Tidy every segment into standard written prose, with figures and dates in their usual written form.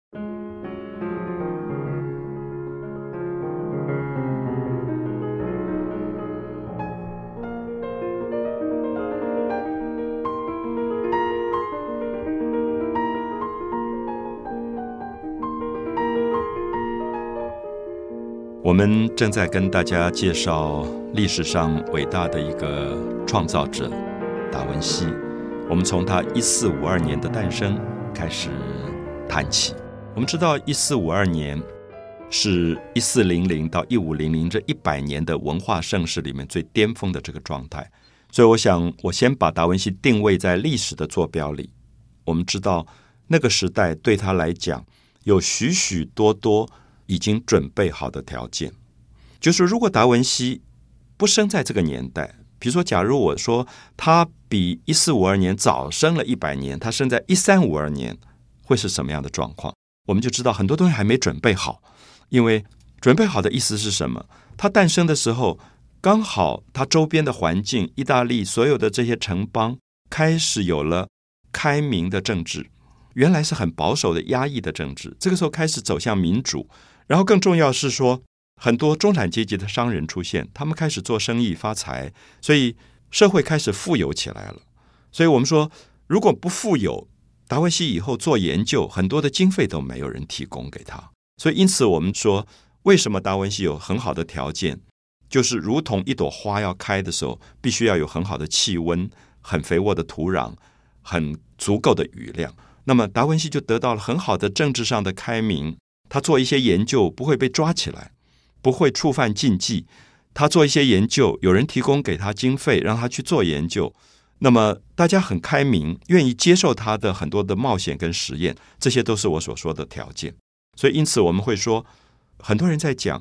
我们正在跟大家介绍历史上伟大的一个创造者达文西。我们从他1452年的诞生开始谈起。我们知道1452年是1400到1500这100年的文化盛世里面最巅峰的这个状态，所以我想我先把达文西定位在历史的坐标里。我们知道那个时代对他来讲有许许多多已经准备好的条件，就是如果达文西不生在这个年代，比如说假如我说他比1452年早生了100年，他生在1352年，会是什么样的状况？我们就知道很多东西还没准备好。因为准备好的意思是什么？他诞生的时候刚好他周边的环境，意大利所有的这些城邦开始有了开明的政治，原来是很保守的压抑的政治，这个时候开始走向民主。然后更重要是说，很多中产阶级的商人出现，他们开始做生意发财，所以社会开始富有起来了。所以我们说，如果不富有，达文西以后做研究很多的经费都没有人提供给他。所以因此我们说，为什么达文西有很好的条件，就是如同一朵花要开的时候，必须要有很好的气温，很肥沃的土壤，很足够的雨量。那么达文西就得到了很好的政治上的开明，他做一些研究不会被抓起来，不会触犯禁忌，他做一些研究有人提供给他经费让他去做研究，那么大家很开明，愿意接受他的很多的冒险跟实验，这些都是我所说的条件。所以因此我们会说，很多人在讲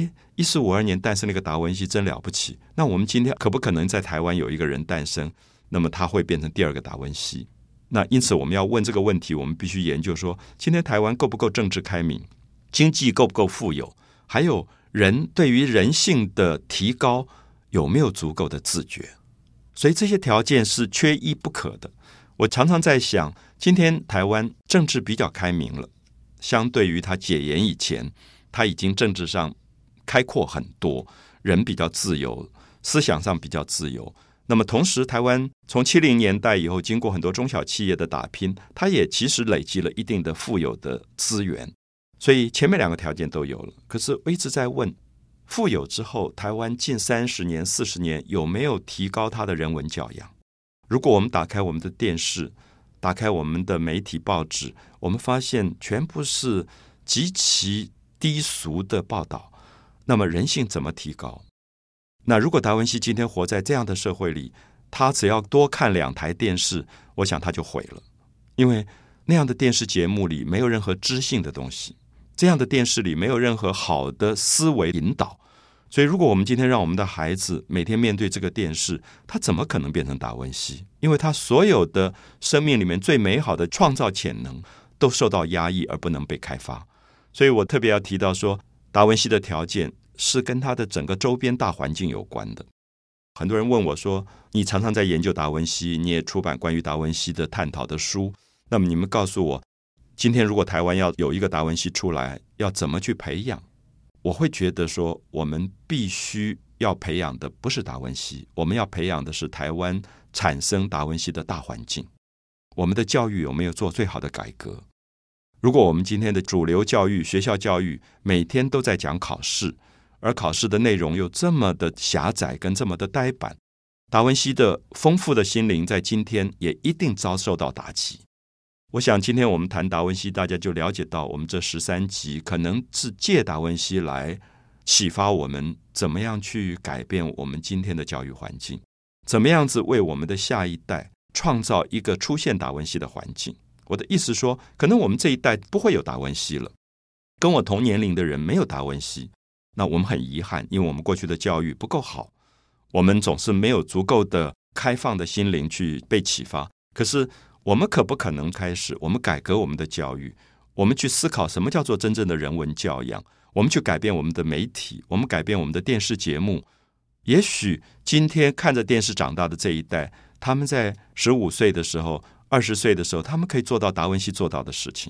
1452年诞生那个达文西真了不起，那我们今天可不可能在台湾有一个人诞生，那么他会变成第二个达文西？那因此我们要问这个问题，我们必须研究说，今天台湾够不够政治开明，经济够不够富有，还有人对于人性的提高有没有足够的自觉。所以这些条件是缺一不可的。我常常在想，今天台湾政治比较开明了，相对于他解严以前，他已经政治上开阔很多，人比较自由，思想上比较自由。那么同时台湾从70年代以后，经过很多中小企业的打拼，它也其实累积了一定的富有的资源，所以前面2个条件都有了。可是我一直在问，富有之后台湾近30年40年有没有提高它的人文教养？如果我们打开我们的电视，打开我们的媒体报纸，我们发现全部是极其低俗的报道，那么人性怎么提高？那如果达文西今天活在这样的社会里，他只要多看2台电视，我想他就毁了。因为那样的电视节目里没有任何知性的东西，这样的电视里没有任何好的思维引导。所以如果我们今天让我们的孩子每天面对这个电视，他怎么可能变成达文西？因为他所有的生命里面最美好的创造潜能都受到压抑而不能被开发。所以我特别要提到说，达文西的条件是跟他的整个周边大环境有关的。很多人问我说，你常常在研究达文西，你也出版关于达文西的探讨的书，那么你们告诉我，今天如果台湾要有一个达文西出来，要怎么去培养？我会觉得说，我们必须要培养的不是达文西，我们要培养的是台湾产生达文西的大环境。我们的教育有没有做最好的改革？如果我们今天的主流教育，学校教育每天都在讲考试，而考试的内容又这么的狭窄跟这么的呆板，达文西的丰富的心灵在今天也一定遭受到打击。我想今天我们谈达文西，大家就了解到我们这13集可能是借达文西来启发我们怎么样去改变我们今天的教育环境，怎么样子为我们的下一代创造一个出现达文西的环境。我的意思说，可能我们这一代不会有达文西了，跟我同年龄的人没有达文西，那我们很遗憾，因为我们过去的教育不够好，我们总是没有足够的开放的心灵去被启发。可是我们可不可能开始，我们改革我们的教育，我们去思考什么叫做真正的人文教养，我们去改变我们的媒体，我们改变我们的电视节目。也许今天看着电视长大的这一代，他们在15岁的时候，20岁的时候，他们可以做到达文西做到的事情。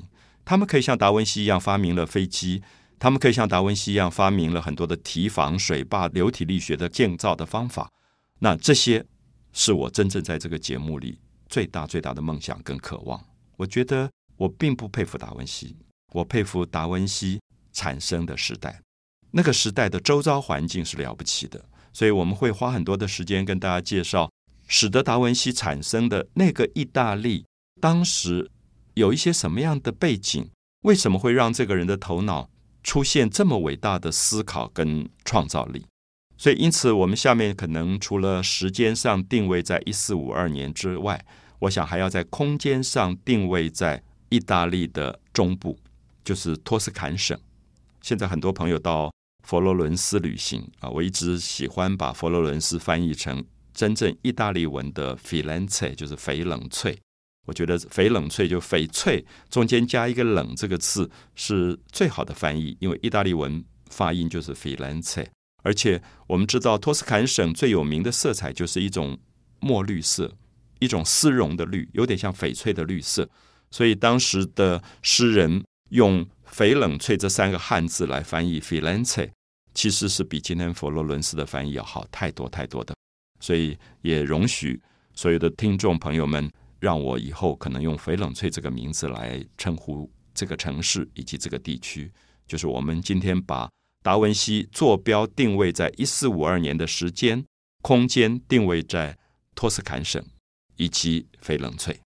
他们可以像达文西一样发明了飞机，他们可以像达文西一样发明了很多的堤防、水坝、流体力学的建造的方法。那这些是我真正在这个节目里最大的梦想跟渴望。我觉得我并不佩服达文西，我佩服达文西产生的时代，那个时代的周遭环境是了不起的。所以我们会花很多的时间跟大家介绍使得达文西产生的那个意大利当时有一些什么样的背景，为什么会让这个人的头脑出现这么伟大的思考跟创造力。所以因此我们下面可能除了时间上定位在1452年之外，我想还要在空间上定位在意大利的中部，就是托斯坎省。现在很多朋友到佛罗伦斯旅行我一直喜欢把佛罗伦斯翻译成真正意大利文的 Firenze， 就是翡冷翠。我觉得翡冷翠就翡翠中间加一个冷这个字是最好的翻译，因为意大利文发音就是 Firenze。 而且我们知道托斯坎省最有名的色彩就是一种墨绿色，一种丝绒的绿，有点像翡翠的绿色。所以当时的诗人用翡冷翠这3个汉字来翻译 Firenze， 其实是比今天佛罗伦斯的翻译要好太多的。所以也容许所有的听众朋友们让我以后可能用翡冷翠这个名字来称呼这个城市以及这个地区。就是我们今天把达文西坐标定位在1452年的时间空间定位在托斯坎省以及翡冷翠。